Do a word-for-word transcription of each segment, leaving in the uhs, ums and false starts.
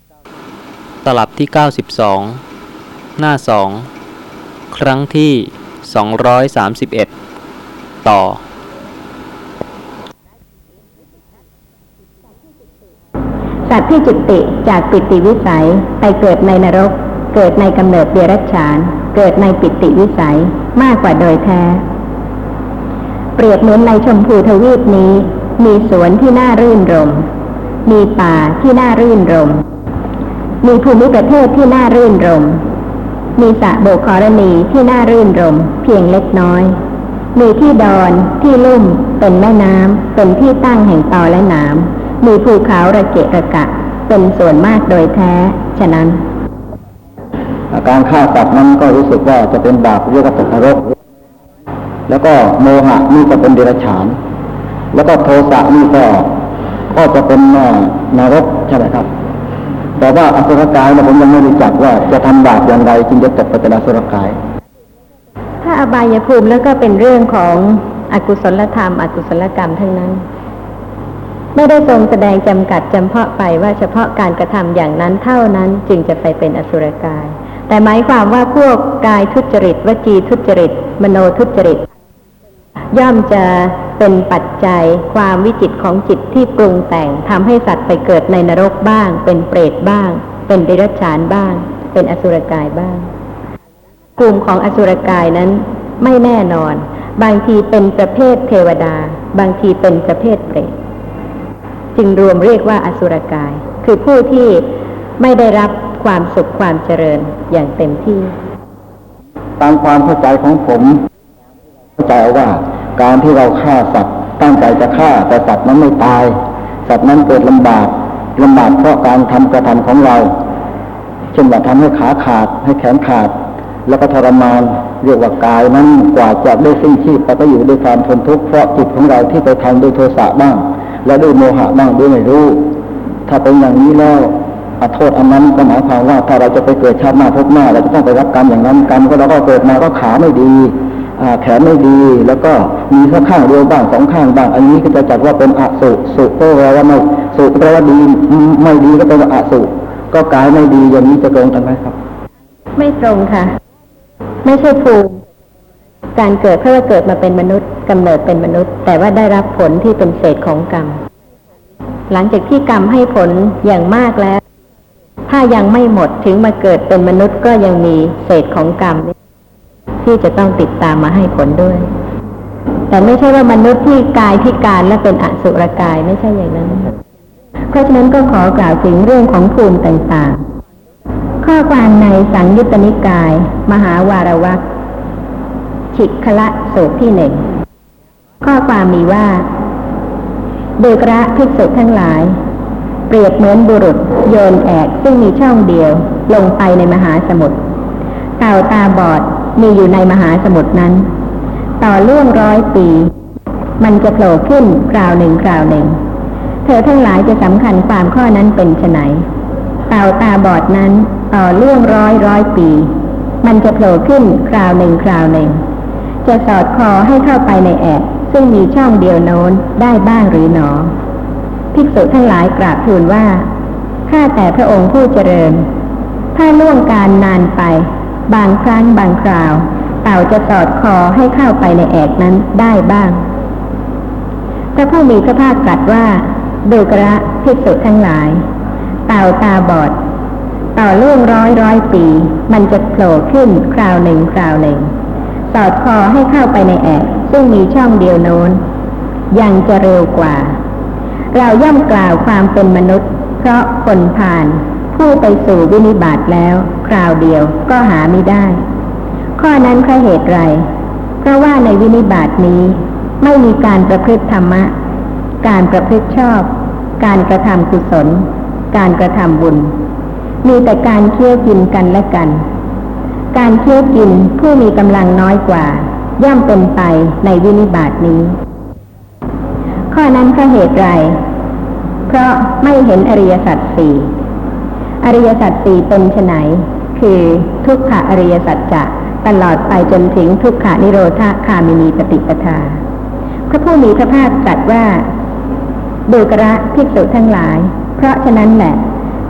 ตลับที่เก้าสิบสองหน้าสองครั้งที่สองร้อยสามสิบเอ็ดต่อสัตว์ที่จุติจากปิติวิสัยไปเกิดในนรกเกิดในกำเนิดเดรัจฉานเกิดในปิติวิสัยมากกว่าโดยแท้เปรียบเหมือนในชมพูทวีปนี้มีสวนที่น่ารื่นรมมีป่าที่น่ารื่นรมมีภูมิประเทศที่น่ารื่นรมมีสระโบกขรณีที่น่ารื่นรมเพียงเล็กน้อยมีที่ดอนที่ลุ่มเป็นแม่น้ำเป็นที่ตั้งแห่งตอและหนามมีภูเขาระเกะระกะเป็นส่วนมากโดยแท้ฉะนั้นการฆ่าสัตว์นั้นก็รู้สึกว่าจะเป็นบาปเรียกว่าตกนรกแล้วก็โมหะนี่ก็เป็นเดรัจฉานแล้วก็โทสะนี่ก็ก็จะเป็นนรกใช่ไหมครับแต่ว่าอสุรกายเนี่ยผมยังไม่รู้จักว่าจะทำบาปอย่างไรจึงจะตกไปเป็นอสุรกายถ้าอบายภูมิแล้วก็เป็นเรื่องของอกุศลธรรมอกุศลกรรมทั้งนั้นไม่ได้ทรงแสดงจำกัดจำเพาะไปว่าเฉพาะการกระทำอย่างนั้นเท่านั้นจึงจะไปเป็นอสุรกายแต่หมายความว่าพวกกายทุจริตวจีทุจริตมโนทุจริตย่อมจะเป็นปัจจัยความวิจิตรของจิตที่ปรุงแต่งทำให้สัตว์ไปเกิดในนรกบ้างเป็นเปรตบ้างเป็นเดรัจฉานบ้างเป็นอสุรกายบ้างกลุ่มของอสุรกายนั้นไม่แน่นอนบางทีเป็นประเภทเทวดาบางทีเป็นประเภทเปรตจึงรวมเรียกว่าอสุรกายคือผู้ที่ไม่ได้รับความสุขความเจริญอย่างเต็มที่ตามความเข้าใจของผมเข้าใจว่าการที่เราฆ่าสัตว์ตั้งใจจะฆ่าแต่สัตว์นั้นไม่ตายสัตว์นั้นเกิดลำบากลำบากเพราะการทำกระทำของเราเช่นว่าทำให้ขาขาดให้แขนขาดแล้วก็ทรมานเรียกว่ากายนั้นกว่าจะได้สิ้นชีพไปก็อยู่ด้วยความทนทุกข์เพราะจิตของเราที่ไปทำด้วยโทสะบ้างและด้วยโมหะบ้างด้วยไม่รู้ถ้าเป็นอย่างนี้แล้วโทษอันนั้นก็หมายความว่าถ้าเราจะไปเกิดชาติหน้าพบหน้าเราจะต้องไปรับกรรมอย่างนั้นกรรมก็เราก็เกิดมาก็ขาไม่ดีแขนไม่ดีแล้วก็มีแค่ข้างเดียวบ้างสองข้างบ้างอันนี้ก็จะจัดว่าเป็นอสุสุก็แปลว่าไม่สุก็แปลว่าดีไม่ดีก็เป็นอสุก็กายไม่ดีอย่างนี้จะตรงกันไหมครับไม่ตรงค่ะไม่ใช่ภูมิการเกิดเพราะว่าเกิดมาเป็นมนุษย์กำเนิดเป็นมนุษย์แต่ว่าได้รับผลที่เป็นเศษของกรรมหลังจากที่กรรมให้ผลอย่างมากแล้วถ้ายังไม่หมดถึงมาเกิดเป็นมนุษย์ก็ยังมีเศษของกรรมที่จะต้องติดตามมาให้ผลด้วยแต่ไม่ใช่ว่ามนุษย์ที่กายพิการและเป็นอสุรกายไม่ใช่อย่างนั้นเพราะฉะนั้นก็ขอกล่าวถึงเรื่องของภูมิต่างๆข้อความในสังยุตตนิกายมหาวารวรรคฉิกขละสูตรที่หนึ่งข้อความมีว่าดูกระภิกษุทั้งหลายเปรียบเหมือนบุรุษโยนแอกซึ่งมีช่องเดียวลงไปในมหาสมุทรเต่าตาบอดมีอยู่ในมหาสมุทรนั้นต่อล่วงร้อยปีมันจะโผล่ขึ้นคราวหนึ่งคราวหนึ่งเธอทั้งหลายจะสำคัญความข้อนั้นเป็นไฉนเต่าตาบอดนั้นต่อล่วงร้อยร้อยปีมันจะโผล่ขึ้นคราวหนึ่งคราวหนึ่งจะสอดคอให้เข้าไปในแอกซึ่งมีช่องเดียวโน้นได้บ้างหรือหนอภิกษุทั้งหลายกราบทูลว่าข้าแต่พระองค์ผู้เจริญถ้าล่วงการนานไปบางครั้งบางคราวเต่าจะสอดคอให้เข้าไปในแอกนั้นได้บ้างพระผู้มีพระภาคตรัสว่าดูกระภิกษุทั้งหลายเต่าตาบอดต่อล่วงร้อยร้อยปีมันจะโผล่ขึ้นคราวหนึ่งคราวหนึ่งสอดคอให้เข้าไปในแอกซึ่งมีช่องเดียวโน้นยังจะเร็วกว่าเราย่อมกล่าวความเป็นมนุษย์เพราะคนผ่านผู้ไปสู่วินิบาตแล้วคราวเดียวก็หาไม่ได้ข้อนั้นเพราะเหตุไรเพราะว่าในวินิบาตนี้ไม่มีการประพฤติธรรมะการประพฤติชอบการกระทำกุศลการกระทำบุญมีแต่การเคี่ยวกินกันและกันการเคี่ยวกินผู้มีกำลังน้อยกว่าย่อมเป็นไปในวินิบาตนี้ข้อนั้นเพราะเหตุไรเพราะไม่เห็นอริยสัจสี่อริยสัจสี่เป็นไฉนคือทุกขอริยสัจจะตลอดไปจนถึงทุกขนิโรธคามินีปฏิปทาพระผู้มีพระภาคตรัสว่าดูกระภิกษุทั้งหลายเพราะฉะนั้นแหละเธ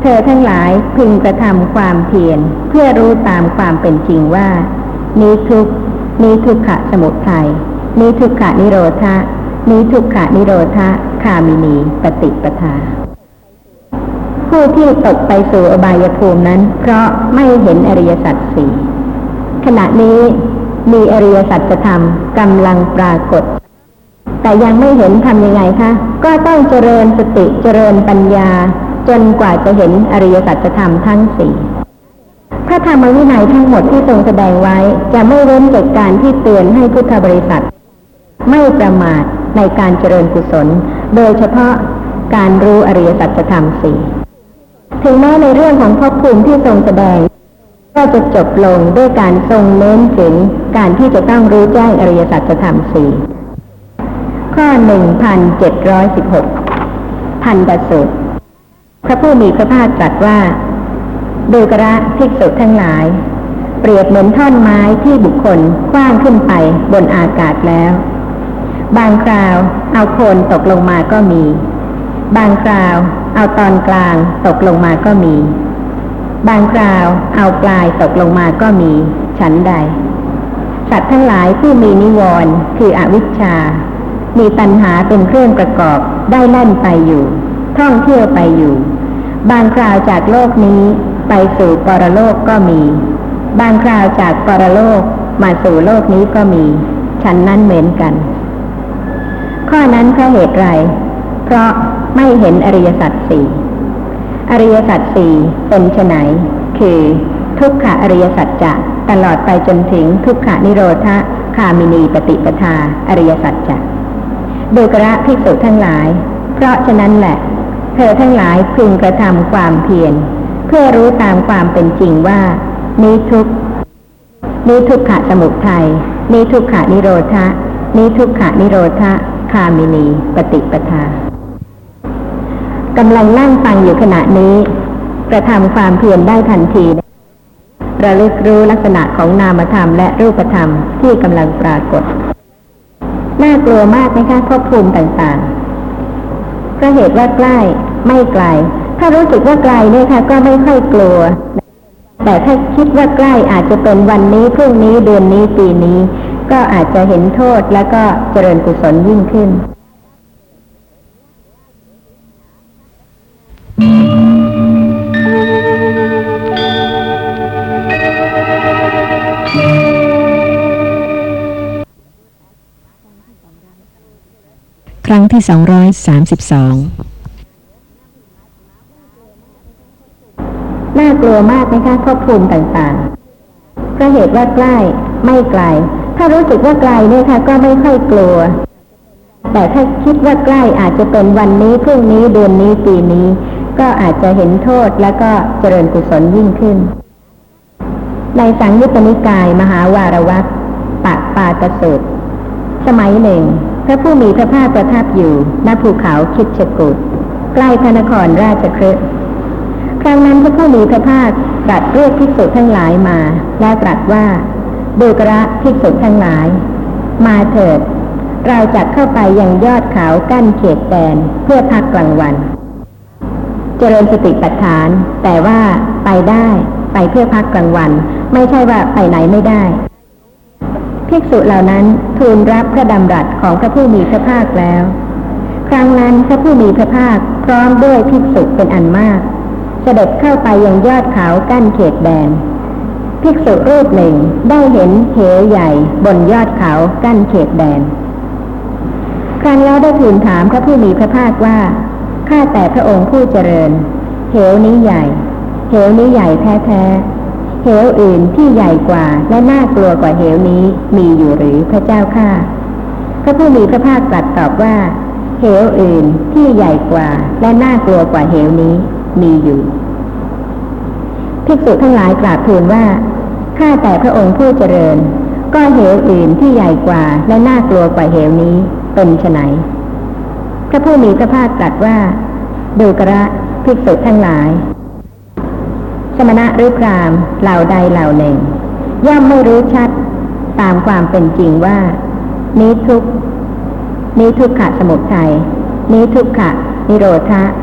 ธอทั้งหลายพึงกระทำความเพียรเพื่อรู้ตามความเป็นจริงว่านี้ทุกข์นี้ทุกขสมุทัยนี้ทุกขนิโรธะนี้ทุกขนิโรธะคามินีปฏิปทาผู้ที่ตกไปสู่อบายภูมินั้นเพราะไม่เห็นอริยสัจสี่ขณะนี้มีอริยสัจธรรมกำลังปรากฏแต่ยังไม่เห็นทำยังไงคะก็ต้องเจริญสติเจริญปัญญาจนกว่าจะเห็นอริยสัจธรรมทั้งสี่พระธรรมวินัยทั้งหมดที่ทรงแสดงไว้จะไม่เว้นจากการที่เตือนให้พุทธบริษัทไม่ประมาทในการเจริญกุศลโดยเฉพาะการรู้อริยสัจธรรมสี่ถึงแม้ในเรื่องของภพภูมิที่ทรงแสดงก็จะจบลงด้วยการทรงเน้นถึงการที่จะต้องรู้แจ้งอริยสัจธรรมสี่ข้อหนึ่งพันเจ็ดร้อยสิบหกพันดสูตรพระผู้มีพระภาคตรัสว่าดูกระภิกษุทั้งหลายเปรียบเหมือนท่อนไม้ที่บุคคลขว้างขึ้นไปบนอากาศแล้วบางคราวเอาโคนตกลงมาก็มีบางคราวเอาตอนกลางตกลงมาก็มีบางคราวเอาปลายตกลงมาก็มีฉันใดสัตว์ทั้งหลายที่มีนิวรณ์คืออวิชชามีตัณหาเป็นเครื่องประกอบได้แล่นไปอยู่ท่องเที่ยวไปอยู่บางคราวจากโลกนี้ไปสู่ปรโลกก็มีบางคราวจากปรโลกมาสู่โลกนี้ก็มีฉันนั้นเหมือนกันข้อนั้นเพราะเหตุไรเพราะไม่เห็นอริยสัจสี่อริยสัจสี่เป็นไฉนคือทุกขอริยสัจจะตลอดไปจนถึงทุกขนิโรธคามินีปฏิปทาอริยสัจจะดูกระภิกษุทั้งหลายเพราะฉะนั้นแหละเธอทั้งหลายพึงกระทำความเพียรเพื่อรู้ตามความเป็นจริงว่านี้ทุกข์นี้ทุกขสมุทัยนี้ทุกขนิโรธะนี้ทุกขนิโรธคามินีปฏิปทากำลังนั่งฟังอยู่ขณะนี้กระทำความเพียรได้ทันทีระลึกรู้ลักษณะของนามธรรมและรูปธรรมที่กำลังปรากฏน่ากลัวมากนะคะภพภูมิต่างๆเพราะเหตุว่าใกล้ไม่ไกลถ้ารู้สึกว่าไกลเนี่ยค่ะก็ไม่ค่อยกลัวแต่ถ้าคิดว่าใกล้อาจจะเป็นวันนี้พรุ่งนี้เดือนนี้ปีนี้ก็อาจจะเห็นโทษแล้วก็เจริญกุศลยิ่งขึ้นครั้งที่สองร้อยสามสิบสองน่ากลัวมากนะคะภพภูมิต่างๆเพราะเหตุว่าใกล้ไม่ไกลถ้ารู้สึกว่าไกลเนี่ยค่ะก็ไม่ค่อยกลัวแต่ถ้าคิดว่าใกล้อาจจะเป็นวันนี้พรุ่งนี้เดือนนี้ปีนี้ก็อาจจะเห็นโทษแล้วก็เจริญกุศลยิ่งขึ้นในสังยุตตนิกายมหาวารวรรคปะปาตสูตรสมัยหนึ่งพระผู้มีพระภาคประทับอยู่ณภูเขาคิชกูฏใกล้พระนครราชคฤห์ครั้งนั้นพระผู้มีพระภาคตรัสเรียกภิกษุทั้งหลายมาและตรัสว่าดูกระภิกษุทั้งหลายมาเถิดเราจะเข้าไปยังยอดเขากั้นเขตแดนเพื่อพักกลางวันเจริญสติปัฏฐานแต่ว่าไปได้ไปเพื่อพักกลางวันไม่ใช่ว่าไปไหนไม่ได้ภิกษุเหล่านั้นทูลรับพระดำรัสของพระผู้มีพระภาคแล้วครั้งนั้นพระผู้มีพระภาคพร้อมด้วยภิกษุเป็นอันมากเสด็จเข้าไปยังยอดเขากั้นเขตแดนภิกษุรูปหนึ่งได้เห็นเหวใหญ่บนยอดเขากั้นเขตแดนครั้งแล้วได้ทูลถามพระผู้มีพระภาคว่าข้าแต่พระองค์ผู้เจริญเหวนี้ใหญ่เหวนี้ใหญ่แท้ๆเหวอื่นที่ใหญ่กว่าและน่ากลัวกว่าเหวนี้มีอยู่หรือพระเจ้าข้าพระผู้มีพระภาคตรัสตอบว่าเหวอื่นที่ใหญ่กว่าและน่ากลัวกว่าเหวนี้มีอยู่ภิกษุทั้งหลายกราบทูลว่าข้าแต่พระองค์ผู้เจริญก็เหวอื่นที่ใหญ่กว่าและน่ากลัวกว่าเหวนี้เป็นไฉนพระผู้มีพระภาคตรัสว่าดูกระภิกษุทั้งหลายสมณะหรือพราหมณ์เหล่าใดเหล่าหนึ่งย่อมไม่รู้ชัดตามความเป็นจริงว่านี้ทุกข์นี้ทุกขสมุทัยนี้ทุกขนิโรธ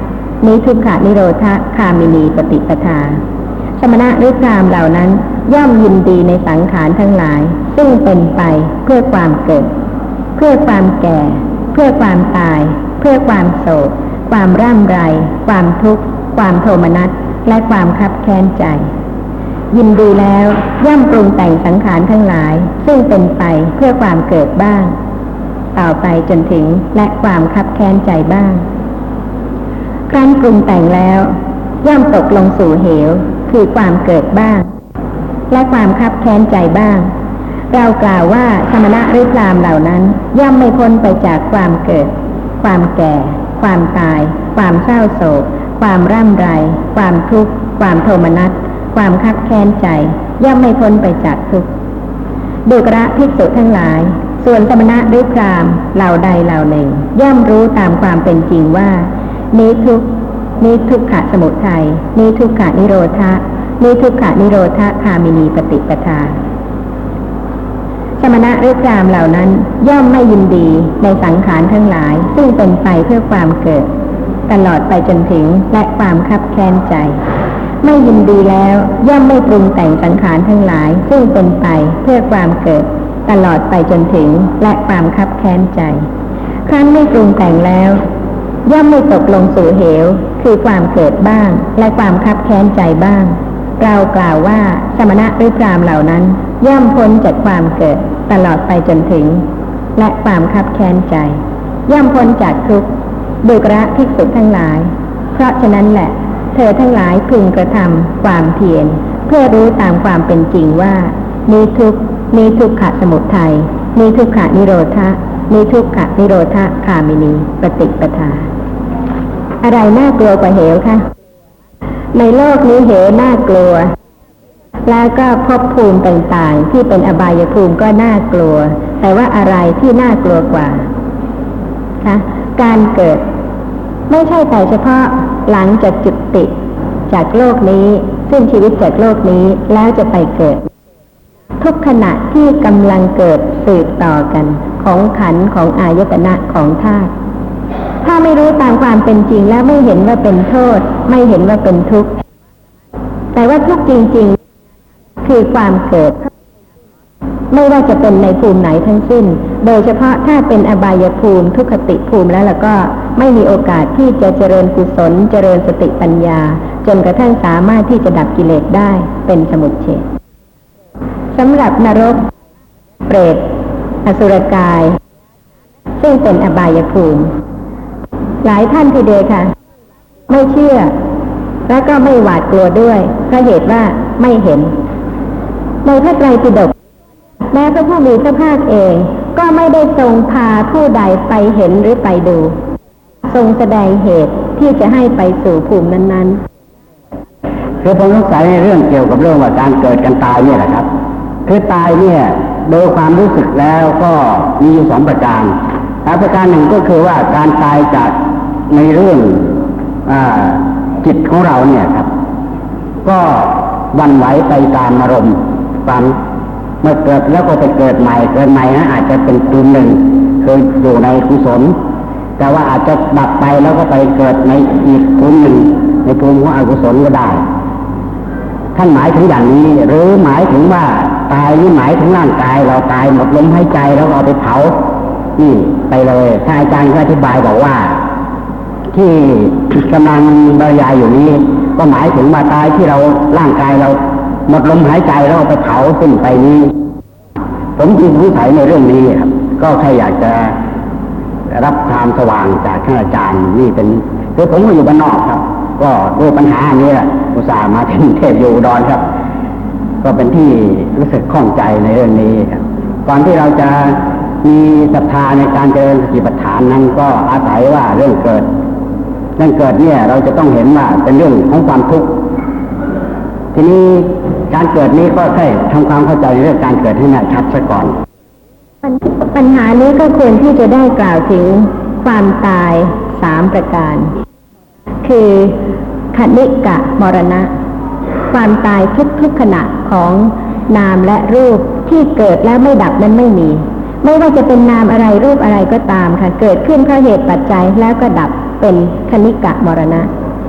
นี้ทุกขนิโรธคามินีปฏิปทาสมณะหรือพราหมณ์เหล่านั้นย่อมยินดีในสังขารทั้งหลายซึ่งเป็นไปเพื่อความเกิดเพื่อความแก่เพื่อความตายเพื่อความโศกความร่ำไรความทุกข์ความโทมนัสและความคับแค้นใจยินดีแล้วย่อมปรุงแต่งสังขารทั้งหลายซึ่งเป็นไปเพื่อความเกิดบ้างต่อไปจนถึงและความคับแค้นใจบ้างครั้นปรุงแต่งแล้วย่อมตกลงสู่เหวคือความเกิดบ้างและความคับแค้นใจบ้างเรากล่าวว่าสมณะหรือพราหมณ์เหล่านั้นย่อมไม่พ้นไปจากความเกิดความแก่ความตายความเศร้าโศกความร่ำไรความทุกข์ความโทมนัสความคับแค้นใจย่อมไม่พ้นไปจากทุกข์ดูกระภิกษุทั้งหลายส่วนสมณะหรือพราหมณ์เหล่าใดเหล่าหนึ่งย่อมรู้ตามความเป็นจริงว่านี้ทุกข์นี้ทุกขสมุทัยนี้ทุกขนิโรธะนี้ทุกขนิโรธคามินีปฏิปทาสมณะหรือพราหมณ์เหล่านั้นย่อมไม่ยินดีในสังขารทั้งหลายซึ่งเป็นไปเพื่อความเกิดตลอดไปจนถึงและความคับแค้นใจไม่ยินดีแล้วย่อมไม่ปรุงแต่งสังขารทั้งหลายซึ่งเป็นไปเพื่อความเกิดตลอดไปจนถึงและความคับแค้นใจครั้นไม่ปรุงแต่งแล้วย่อมไม่ตกลงสู่เหวคือความเกิดบ้างและความคับแค้นใจบ้างเรากล่าวว่าสมณะหรือพราหมณ์เหล่านั้นย่อมพ้นจากความเกิดตลอดไปจนถึงและความคับแค้นใจย่อมพ้นจากทุกข์ดูกระภิกษุทั้งหลายเพราะฉะนั้นแหละเธอทั้งหลายพึงกระทำความเพียรเพื่อรู้ตามความเป็นจริงว่านี้ทุกข์นี้ทุกขสมุทัยนี้ทุกขนิโรธะนี้ทุกขนิโรธคามินีปฏิปทาอะไรน่ากลัวกว่าเหวคะในโลกนี้เหวน่ากลัวแล้วก็ภพภูมิต่างๆที่เป็นอบายภูมิก็น่ากลัวแต่ว่าอะไรที่น่ากลัวกว่าคะการเกิดไม่ใช่แต่เฉพาะหลังจากจุติจากโลกนี้สิ้นชีวิตจากโลกนี้แล้วจะไปเกิดทุกขณะที่กำลังเกิดสืบต่อกันของขันธ์ของอายตนะของธาตุถ้าไม่รู้ตามความเป็นจริงแล้วไม่เห็นว่าเป็นโทษไม่เห็นว่าเป็นทุกข์แต่ว่าทุกข์จริงๆคือความเกิดไม่ว่าจะเป็นในภูมิไหนทั้งสิ้นโดยเฉพาะถ้าเป็นอบายภูมิทุกขติภูมิแล้วแล้วก็ไม่มีโอกาสที่จะเจริญกุศลเจริญสติปัญญาจนกระทั่งสามารถที่จะดับกิเลสได้เป็นสมุจเฉทสำหรับนรกเปรตอสุรกายซึ่งเป็นอบายภูมิหลายท่านทีเดียวค่ะไม่เชื่อและก็ไม่หวาดกลัวด้วยเพราะเหตุว่าไม่เห็นในพระไตรปิฎกแม้พระผู้มีพระภาคเองก็ไม่ได้ทรงพาผู้ใดไปเห็นหรือไปดูทรงแสดงเหตุที่จะให้ไปสู่ภูมินั้นๆคือผมสงสัยในเรื่องเกี่ยวกับเรื่องว่าการเกิดการตายเนี่ยแหละครับคือตายเนี่ยโดยความรู้สึกแล้วก็มีอยู่สองประการประการหนึ่งก็คือว่าการตายจากในเรื่องอจิตของเราเนี่ยครับก็วันไหวไปตามอารมณ์ความเมื่อเกิดแล้วก็ไปเกิดใหม่เกิดใหม่นะอาจจะเป็นภูมิหนึ่งเคยอยู่ในกุศลแต่ว่าอาจจะดับไปแล้วก็ไปเกิดในอีกภูมิหนึ่งในภูมิของอกุศลก็ได้ท่านหมายถึงอย่างนี้หรือหมายถึงว่าตายนี่หมายถึงร่างกายเราตายหมดลมหายใจแล้วเอาไปเผานี่ไปเลยถ้าอาจารย์ก็อธิบายบอกว่าที่กำลังบรรยายอยู่นี้ก็หมายถึงว่าตายที่เราร่างกายเราหมดลมหายใจแล้วเอาไปเผาสิ้นไปนี้ผมจึงสงสัยในเรื่องนี้ครับก็แค่อยากจะรับความสว่างจากท่านอาจารย์นี่เป็นคือผมก็อยู่บ้านนอกครับก็ด้วยปัญหาอันนี้แหละอุตส่าห์มาถึงเทพอยู่อุดรครับก็เป็นที่รู้สึกข้องใจในเรื่องนี้ครับก่อนที่เราจะมีศรัทธาในการเจริญสติปัฏฐานนั้นก็อาศัยว่าเรื่องเกิดเรื่องเกิดเนี่ยเราจะต้องเห็นว่าเป็นเรื่องของความทุกข์ทีนี้การเกิดนี้ก็แค่ทำความเข้าใจในเรื่องการเกิดให้แน่ชัดซะก่อนปัญหานี้ก็ควรที่จะได้กล่าวถึงความตายสามประการคือขณิกะมรณะความตายทุกๆขณะของนามและรูปที่เกิดแล้วไม่ดับนั้นไม่มีไม่ว่าจะเป็นนามอะไรรูปอะไรก็ตามค่ะเกิดขึ้นเพราะเหตุปัจจัยแล้วก็ดับเป็นขณิกะมรณะ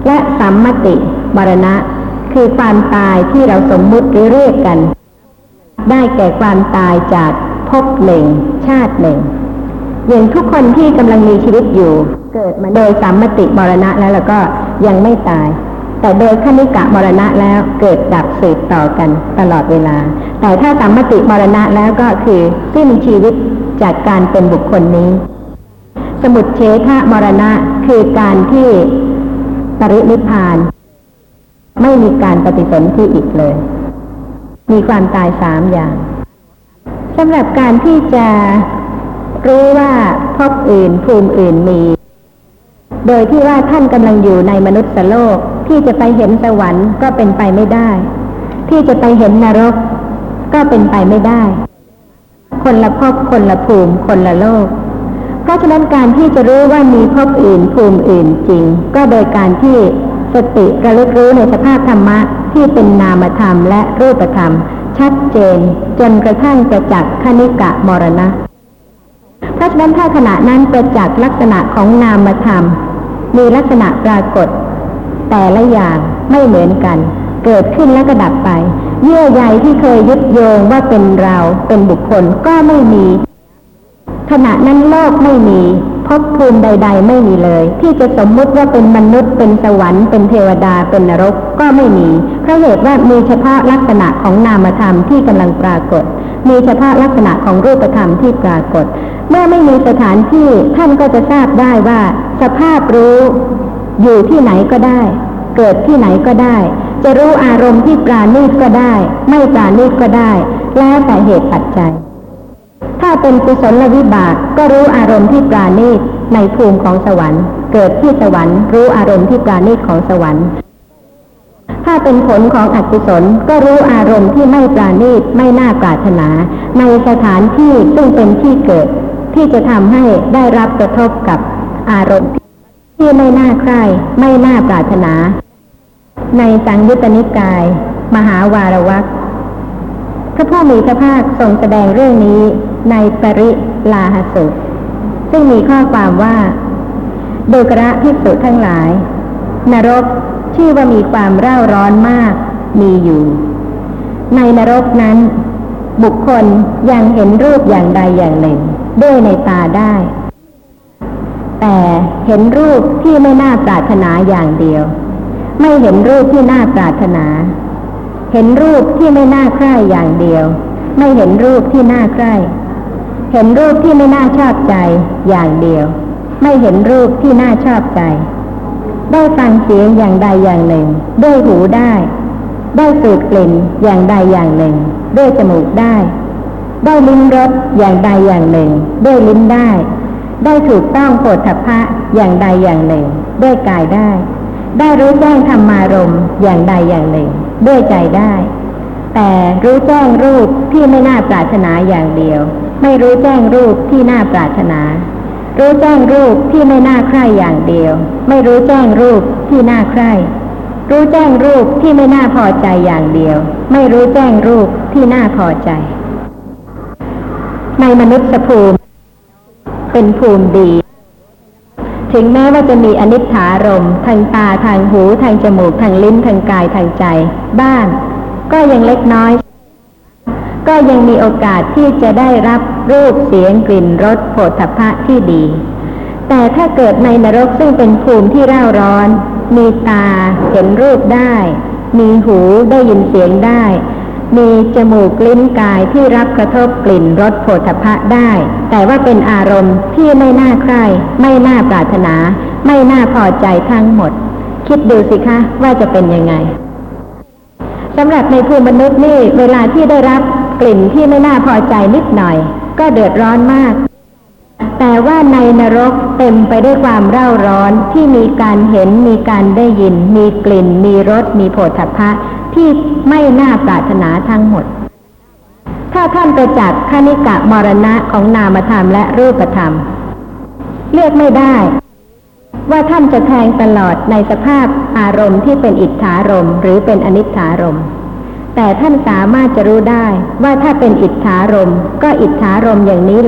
และสัมมติมรณะคือความตายที่เราสมมุติหรือเรียกกันได้แก่ความตายจากภพหนึ่งชาติหนึ่งอย่างทุกคนที่กำลังมีชีวิตอยู่เกิดมาโดยสัมมติมรณะแล้วแล้วก็ยังไม่ตายแต่โดยคณิกะมรณะแล้วเกิดดับสืบต่อกันตลอดเวลาแต่ถ้าสัมมติมรณะแล้วก็คือสิ้นชีวิตจากการเป็นบุคคลนี้สมุจเฉทมรณะคือการที่ปรินิพพานไม่มีการปฏิสนธิอีกเลยมีความตายสามอย่างสำหรับการที่จะรู้ว่าภพอื่นภูมิอื่นมีโดยที่ว่าท่านกำลังอยู่ในมนุษย์โลกที่จะไปเห็นสวรรค์ก็เป็นไปไม่ได้ที่จะไปเห็นนรกก็เป็นไปไม่ได้คนละภพคนละภูมิคนละโลกเพราะฉะนั้นการที่จะรู้ว่ามีภพอื่นภูมิอื่นจริงก็โดยการที่สติระลึกรู้ในสภาพธรรมะที่เป็นนามธรรมและรูปธรรมชัดเจนจนกระทั่งประจักษ์คณิกะมรณะเพราะฉะนั้นถ้าขณะนั้นประจักษ์ลักษณะของนามธรรมมีลักษณะปรากฏแต่ละอย่างไม่เหมือนกันเกิดขึ้นแล้วก็ดับไปเยื่อใยที่เคยยึดโยงว่าเป็นเราเป็นบุคคลก็ไม่มีขณะนั้นโลกไม่มีภพภูมิใดๆไม่มีเลยที่จะสมมุติว่าเป็นมนุษย์เป็นสวรรค์เป็นเทวดาเป็นนรกก็ไม่มีเพราะเหตุว่ามีเฉพาะลักษณะของนามธรรมที่กำลังปรากฏมีเฉพาะลักษณะของรูปธรรมที่ปรากฏเมื่อไม่มีสถานที่ท่านก็จะทราบได้ว่าสภาพรู้อยู่ที่ไหนก็ได้เกิดที่ไหนก็ได้จะรู้อารมณ์ที่ปราณีตก็ได้ไม่ปราณีตก็ได้แล้วแต่เหตุปัจจัยถ้าเป็นกุศลวิบากก็รู้อารมณ์ที่ปราณีตในภูมิของสวรรค์เกิดที่สวรรค์รู้อารมณ์ที่ปราณีตของสวรรค์ถ้าเป็นผลของอกุศลก็รู้อารมณ์ที่ไม่ปราณีตไม่น่าปรารถนาในสถานที่ซึ่งเป็นที่เกิดที่จะทำให้ได้รับกระทบกับอารมณ์ที่ไม่น่าใคร่ไม่น่าปรารถนาในสังยุตตนิกายมหาวารวรรคพระผู้มีพระภาคทรงแสดงเรื่องนี้ในปริลาหสูตรซึ่งมีข้อความว่าดูกระภิกษุทั้งหลายนรกชื่อว่ามีความเร่าร้อนมากมีอยู่ในนรกนั้นบุคคลยังเห็นรูปอย่างใดอย่างหนึ่งด้วยในตาได้แต่เห็นรูปที่ไม่น่าปรารถนาอย่างเดียวไม่เห็นรูปที่น่าปรารถนาเห็นรูปที่ไม่น่าใคร่อย่างเดียวไม่เห็นรูปที่น่าใคร่เห็นรูปที่ไม่น่าชอบใจอย่างเดียวไม่เห็นรูปที่น่าชอบใจได้ฟังเสียงอย่างใดอย่างหนึ่งด้วยหูได้ได้สูดกลิ่นอย่างใดอย่างหนึ่งด้วยจมูกได้ได้ลิ้มรสอย่างใดอย่างหนึ่งด้วยลิ้นได้ได้ถูกต้องโผฏฐัพพะอย่างใดอย่างหนึ่งด้วยกายได้ได้รู้แจ้งธรรมารมณ์อย่างใดอย่างหนึ่งด้วยใจได้แต่รู้แจ้งรูปที่ไม่น่าปรารถนาอย่างเดียวไม่รู้แจ้งรูปที่น่าปรารถนารู้แจ้งรูปที่ไม่น่าใคร่อย่างเดียวไม่รู้แจ้งรูปที่น่าใคร่รู้แจ้งรูปที่ไม่น่าพอใจอย่างเดียวไม่รู้แจ้งรูปที่น่าพอใจในมนุษย์ภูมิเป็นภูมิดีถึงแม้ว่าจะมีอนิจฐารมณ์ทางตาทางหูทางจมูกทางลิ้นทางกายทางใจบ้างก็ยังเล็กน้อยก็ยังมีโอกาสที่จะได้รับรูปเสียงกลิ่นรสโผฏฐัพพะที่ดีแต่ถ้าเกิดในนรกซึ่งเป็นภูมิที่เร่าร้อนมีตาเห็นรูปได้มีหูได้ยินเสียงได้มีจมูกลิ้นกายที่รับกระทบกลิ่นรสโผฏฐัพพะได้แต่ว่าเป็นอารมณ์ที่ไม่น่าใคร่ไม่น่าปรารถนาไม่น่าพอใจทั้งหมดคิดดูสิคะว่าจะเป็นยังไงสำหรับในภูมิมนุษย์นี่เวลาที่ได้รับกลิ่นที่ไม่น่าพอใจนิดหน่อยก็เดือดร้อนมากแต่ว่าในนรกเต็มไปด้วยความเร่าร้อนที่มีการเห็นมีการได้ยินมีกลิ่นมีรสมีโผฏฐัพพะที่ไม่น่าปรารถนาทั้งหมดถ้าท่านประจักษ์คณิกะมรณะของนามธรรมและรูปธรรมเลือกไม่ได้ว่าท่านจะแทงตลอดในสภาพอารมณ์ที่เป็นอิทธารมณ์หรือเป็นอนิจฐารมณ์แต่ท่านสามารถจะรู้ได้ว่าถ้าเป็นอิทธารมณ์ก็อิทธารมณ์อย่างนี้แหละ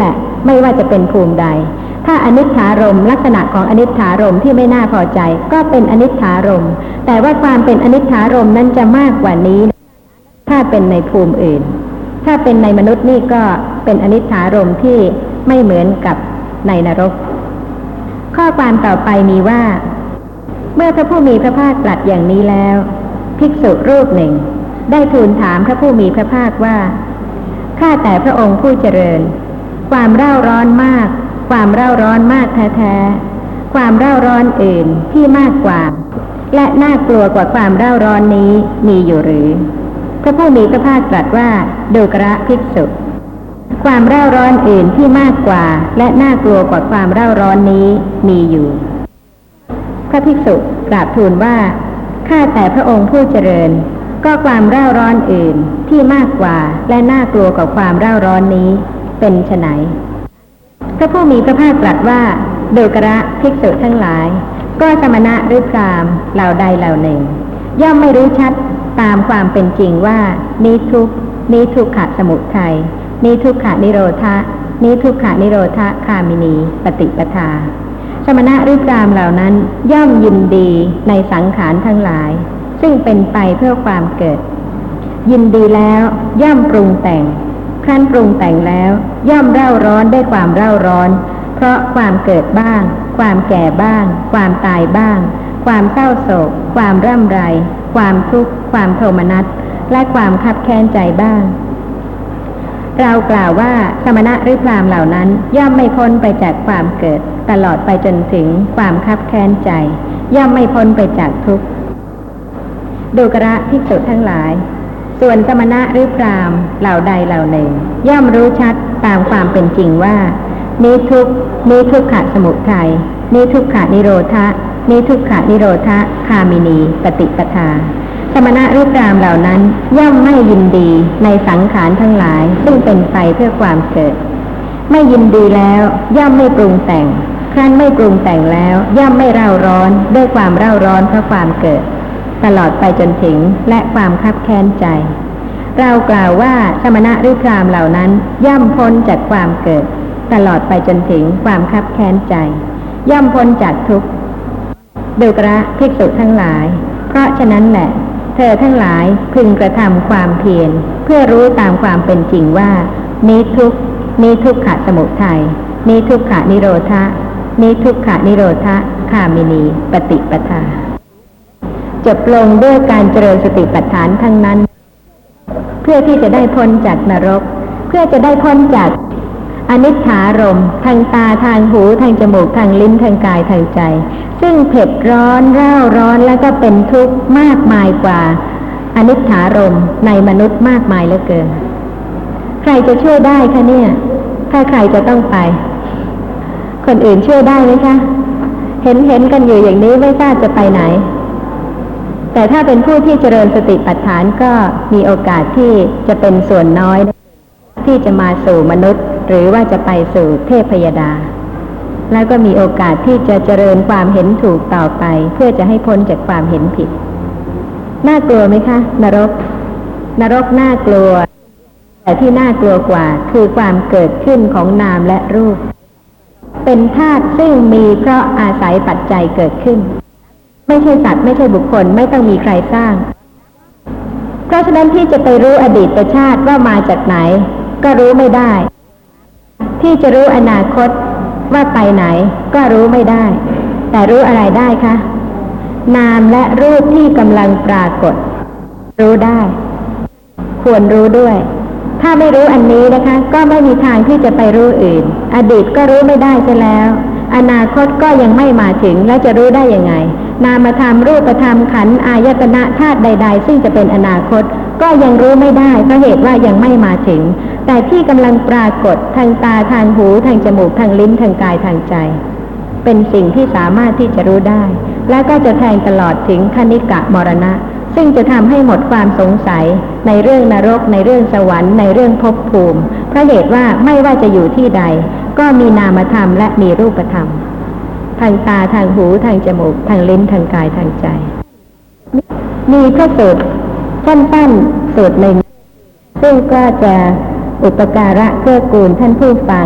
ไม่ว่าจะเป็นภูมิใดถ้าอนิจฐารมณ์ลักษณะของอนิจฐารมณ์ที่ไม่น่าพอใจก็เป็นอนิจฐารมณ์แต่ว่าความเป็นอนิจฐารมณ์นั้นจะมากกว่านี้ถ้าเป็นในภูมิอื่นถ้าเป็นในมนุษย์นี่ก็เป็นอนิจฐารมณ์ที่ไม่เหมือนกับในนรกข้อความต่อไปมีว่าเมื่อพระผู้มีพระภาคตรัสอย่างนี้แล้วภิกษุรูปหนึ่งได้ทูลถามพระผู้มีพระภาคว่าข้าแต่พระองค์ผู้เจริญความเร่าร้อนมากความเร่าร้อนมากแท้ๆความเร่าร้อนอื่นที่มากกว่าและน่ากลัวกว่าความเร่าร้อนนี้มีอยู่หรือพระผู้มีพระภาคตรัสว่าดูกระภิกษุความเร่าร้อนอื่นที่มากกว่าและน่ากลัวกว่าความเร่าร้อนนี้มีอยู่พระภิกษุกราบทูลว่าข้าแต่พระองค์ผู้เจริญก็ความเร่าร้อนอื่นที่มากกว่าและน่ากลัวกว่าความเร่าร้อนนี้เป็นไฉนพระผู้มีพระภาคตรัสว่าดูกระภิกษุทั้งหลายก็สมณะหรือพราหมณ์เหล่าใดเหล่าหนึ่งย่อมไม่รู้ชัดตามความเป็นจริงว่านี้ทุกข์นี้ทุกขสมุทัยนี้ทุกขนิโรธะนี้ทุกขนิโรธคามินีปฏิปทาสมณะหรือพราหมณ์เหล่านั้นย่อมยินดีในสังขารทั้งหลายซึ่งเป็นไปเพื่อความเกิดยินดีแล้วย่อมปรุงแต่งครั้นปรุงแต่งแล้วย่อมเร่าร้อนด้วยความเร่าร้อนเพราะความเกิดบ้างความแก่บ้างความตายบ้างความเศร้าโศกความร่ำไรความทุกข์ความโทมนัสและความคับแค้นใจบ้างเรากล่าวว่าสมณะหรือพราหมณ์เหล่านั้นย่อมไม่พ้นไปจากความเกิดตลอดไปจนถึงความคับแค้นใจย่อมไม่พ้นไปจากทุกข์ดูกระภิกษุทั้งหลายส่วนสมณะหรือพราหมณ์เหล่าใดเหล่าหนึ่งย่อมรู้ชัดตามความเป็นจริงว่านี้ทุกข์นี้ทุกขสมุทัยนี้ทุกขนิโรธะนี้ทุกขนิโรธคามินีปฏิปทาสมณะหรือพราหมณ์เหล่านั้นย่อมไม่ยินดีในสังขารทั้งหลายซึ่งเป็นไปเพื่อความเกิดไม่ยินดีแล้วย่อมไม่ปรุงแต่งครั้นไม่ปรุงแต่งแล้วย่อมไม่เร่าร้อนด้วยความเร่าร้อนเพราะความเกิดตลอดไปจนถึงและความคับแค้นใจเรากล่าวว่าสมณะหรือพราหมณ์เหล่านั้นย่อมพ้นจากความเกิดตลอดไปจนถึงความคับแค้นใจย่อมพ้นจากทุกข์ดูกระภิกษุทั้งหลายเพราะฉะนั้นแหละเธอทั้งหลายพึงกระทำความเพียรเพื่อรู้ตามความเป็นจริงว่านี้ทุกข์นี้ทุกขสมุทัยนี้ทุกขนิโรธะนี้ทุกขนิโรธคามินีปฏิปทาจบลงด้วยการเจริญสติปัฏฐานทั้งนั้นเพื่อที่จะได้พ้นจากนรกเพื่อจะได้พ้นจากอนิจฐารมณ์ทางตาทางหูทางจมูกทางลิ้นทางกายทางใจซึ่งเผ็ดร้อนเร่าร้อนแล้วก็เป็นทุกข์มากมายกว่าอนิจฐารมณ์ในมนุษย์มากมายเหลือเกินใครจะช่วยได้คะเนี่ยถ้าใครจะต้องไปคนอื่นช่วยได้ไหมคะเห็นเห็นกันอยู่อย่างนี้ไม่ทราบจะไปไหนแต่ถ้าเป็นผู้ที่เจริญสติปัฏฐานก็มีโอกาสที่จะเป็นส่วนน้อยที่จะมาสู่มนุษย์หรือว่าจะไปสู่เทพยดาแล้วก็มีโอกาสที่จะเจริญความเห็นถูกต่อไปเพื่อจะให้พ้นจากความเห็นผิดน่ากลัวไหมคะนรกนรกน่ากลัวแต่ที่น่ากลัวกว่าคือความเกิดขึ้นของนามและรูปเป็นธาตุซึ่งมีเพราะอาศัยปัจจัยเกิดขึ้นไม่ใช่สัตว์ไม่ใช่บุคคลไม่ต้องมีใครสร้างเพราะฉะนั้นที่จะไปรู้อดีตชาติว่ามาจากไหนก็รู้ไม่ได้ที่จะรู้อนาคตว่าไปไหนก็รู้ไม่ได้แต่รู้อะไรได้คะนามและรูปที่กำลังปรากฏรู้ได้ควรรู้ด้วยถ้าไม่รู้อันนี้นะคะก็ไม่มีทางที่จะไปรู้อื่นอดีตก็รู้ไม่ได้ซะแล้วอนาคตก็ยังไม่มาถึงแล้วจะรู้ได้ยังไงนามธรรมรูปธรรมขันธ์อายตนะธาตุใดๆซึ่งจะเป็นอนาคตก็ยังรู้ไม่ได้เพราะเหตุว่ายังไม่มาถึงแต่ที่กำลังปรากฏทางตาทางหูทางจมูกทางลิ้นทางกายทางใจเป็นสิ่งที่สามารถที่จะรู้ได้และก็จะแทงตลอดถึงคณิกะมรณะซึ่งจะทำให้หมดความสงสัยในเรื่องนรกในเรื่องสวรรค์ในเรื่องภพภูมิเพราะเหตุว่าไม่ว่าจะอยู่ที่ใดก็มีนามธรรมและมีรูปธรรมทางตาทางหูทางจมูกทางลิ้นทางกายทางใจมีพระสูตรสั้นๆสูตรหนึ่งซึ่งก็จะอุปการะเกื้อกูลท่านผู้ฟัง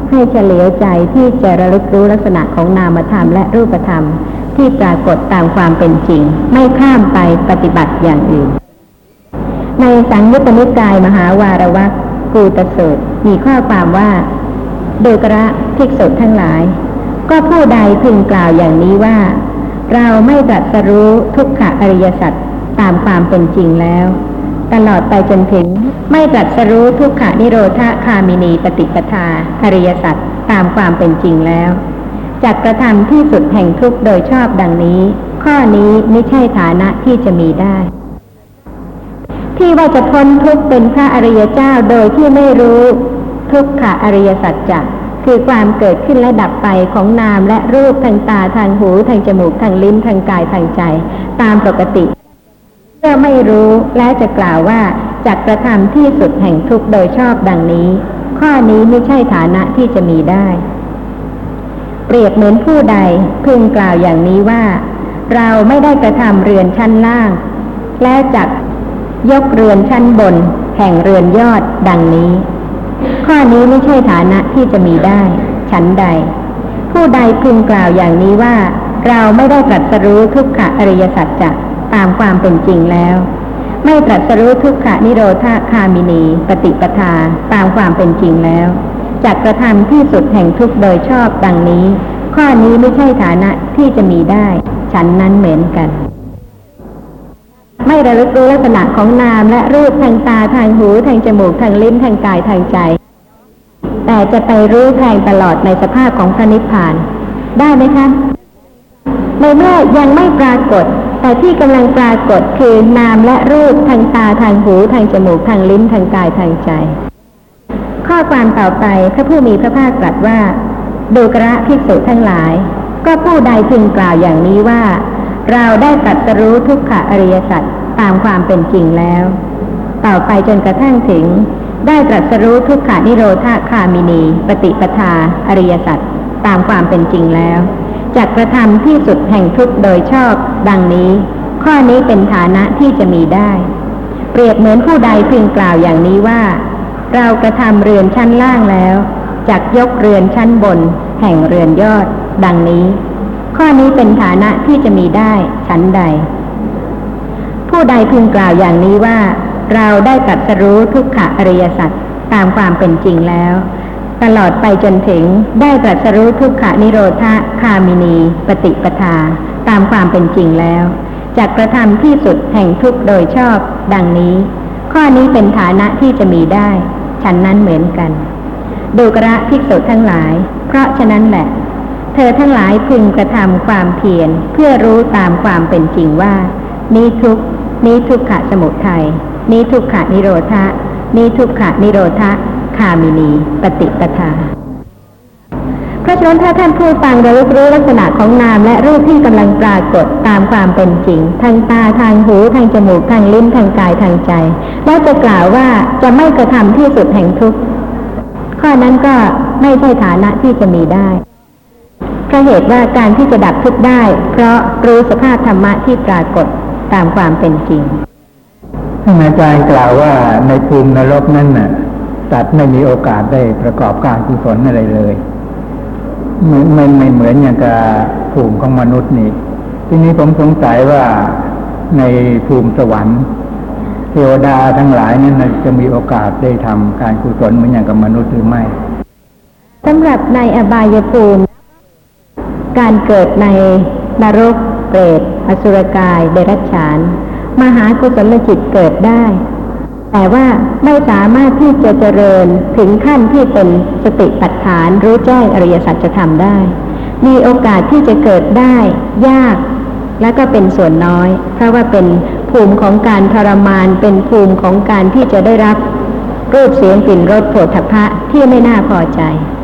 ให้เฉลียวใจที่จะระลึกรู้ลักษณะของนามธรรมและรูปธรรมที่ปรากฏตามความเป็นจริงไม่ข้ามไปปฏิบัติอย่างอื่นในสังยุตตนิกายมหาวารวรรคกูตสูตรมีข้อความว่าดูกระภิกษุทั้งหลายก็ผู้ใดพึงกล่าวอย่างนี้ว่าเราไม่ตรัสรู้ทุกขอริยสัจตามความเป็นจริงแล้วตลอดไปจนถึงไม่ตรัสรู้ทุกขนิโรธคามินีปฏิปทาอริยสัจตามความเป็นจริงแล้วจักกระทำที่สุดแห่งทุกข์โดยชอบดังนี้ข้อนี้ไม่ใช่ฐานะที่จะมีได้ที่ว่าจะพ้นทุกข์เป็นพระอริยเจ้าโดยที่ไม่รู้ทุกขอริยสัจจะคือความเกิดขึ้นและดับไปของนามและรูปทางตาทางหูทางจมูกทางลิ้นทางกายทางใจตามปกติเมื่อไม่รู้และจะกล่าวว่าจักกระทำที่สุดแห่งทุกข์โดยชอบดังนี้ข้อนี้ไม่ใช่ฐานะที่จะมีได้เปรียบเหมือนผู้ใดพึงกล่าวอย่างนี้ว่าเราไม่ได้กระทำเรือนชั้นล่างและจักยกเรือนชั้นบนแห่งเรือนยอดดังนี้ข้อนี้ไม่ใช่ฐานะที่จะมีได้ฉันใดผู้ใดพึงกล่าวอย่างนี้ว่าเราไม่ได้ตรัสรู้ทุกขอริยสัจจะตามความเป็นจริงแล้วไม่ตรัสรู้ทุกขนิโรธคามินีปฏิปทาตามความเป็นจริงแล้วจักกระทำที่สุดแห่งทุกข์โดยชอบดังนี้ข้อนี้ไม่ใช่ฐานะที่จะมีได้ฉันนั้นเหมือนกันไม่ระลึกรู้ลักษณะของนามและรูปทางตาทางหูทางจมูกทางลิ้นทางกายทางใจแต่จะไปรู้แทงตลอดในสภาพของพระนิพพานได้ไหมคะในเมื่อยังไม่ปรากฏแต่ที่กำลังปรากฏคือนามและรูปทางตาทางหูทางจมูกทางลิ้นทางกายทางใจข้อความต่อไปพระผู้มีพระภาคตรัสว่าดูกระภิกษุทั้งหลายก็ผู้ใดพึงกล่าวอย่างนี้ว่าเราได้ตรัสรู้ทุกขอริยสัจตามความเป็นจริงแล้วต่อไปจนกระทั่งถึงได้ตรัสรู้ทุกขนิโรธคามินีปฏิปทาอริยสัจตามความเป็นจริงแล้วจักกระทำที่สุดแห่งทุกข์โดยชอบดังนี้ข้อนี้เป็นฐานะที่จะมีได้เปรียบเหมือนผู้ใดพึงกล่าวอย่างนี้ว่าเรากระทำเรือนชั้นล่างแล้วจักยกเรือนชั้นบนแห่งเรือนยอดดังนี้ข้อนี้เป็นฐานะที่จะมีได้ฉันใดผู้ใดพึงกล่าวอย่างนี้ว่าเราได้ตรัสรู้ทุกขอริยสัจตามความเป็นจริงแล้วตลอดไปจนถึงได้ตรัสรู้ทุกขนิโรธคามินีปฏิปทาตามความเป็นจริงแล้วจักกระทำที่สุดแห่งทุกข์โดยชอบดังนี้ข้อนี้เป็นฐานะที่จะมีได้ฉันนั้นเหมือนกันดูกระภิกษุทั้งหลายเพราะฉะนั้นแหละเธอทั้งหลายพึงกระทำความเพียรเพื่อรู้ตามความเป็นจริงว่านี้ทุกข์นี้ทุกขสมุทัยนี้ทุกขนิโรธะนี้ทุกขนิโรธคามินีปฏิปทาเพราะฉะนั้นถ้าท่านผู้ฟังระลึกรู้ลักษณะของนามและรูปที่กำลังปรากฏตามความเป็นจริงทางตาทางหูทางจมูกทางลิ้นทางกายทางใจแล้วจะกล่าวว่าจะไม่กระทำที่สุดแห่งทุกข์ข้อนั้นก็ไม่ใช่ฐานะที่จะมีได้เพราะเหตุว่าการที่จะดับทุกข์ได้เพราะรู้สภาพธรรมะที่ปรากฏตามความเป็นจริงท่านอาจารย์กล่าวว่าในภูมินรกนั้นน่ะสัตว์ไม่มีโอกาสได้ประกอบการกุศลอะไรเลยไม่ไม่ไม่เหมือนอย่างกับภูมิของมนุษย์นี่ทีนี้ผมสงสัยว่าในภูมิสวรรค์เทวดาทั้งหลายนั้นจะมีโอกาสได้ทำการกุศลเหมือนอย่างกับมนุษย์หรือไม่สำหรับในอบายภูมิการเกิดในนรกเปรตอสุรกายเดรัจฉานมหากุศลจิตเกิดได้แต่ว่าไม่สามารถที่จะเจริญถึงขั้นที่เป็นสติปัฏฐานรู้แจ้งอริยสัจธรรมได้มีโอกาสที่จะเกิดได้ยากและก็เป็นส่วนน้อยเพราะว่าเป็นภูมิของการทรมานเป็นภูมิของการที่จะได้รับรูปเสียงกลิ่นรสโผฏฐัพพะที่ไม่น่าพอใจ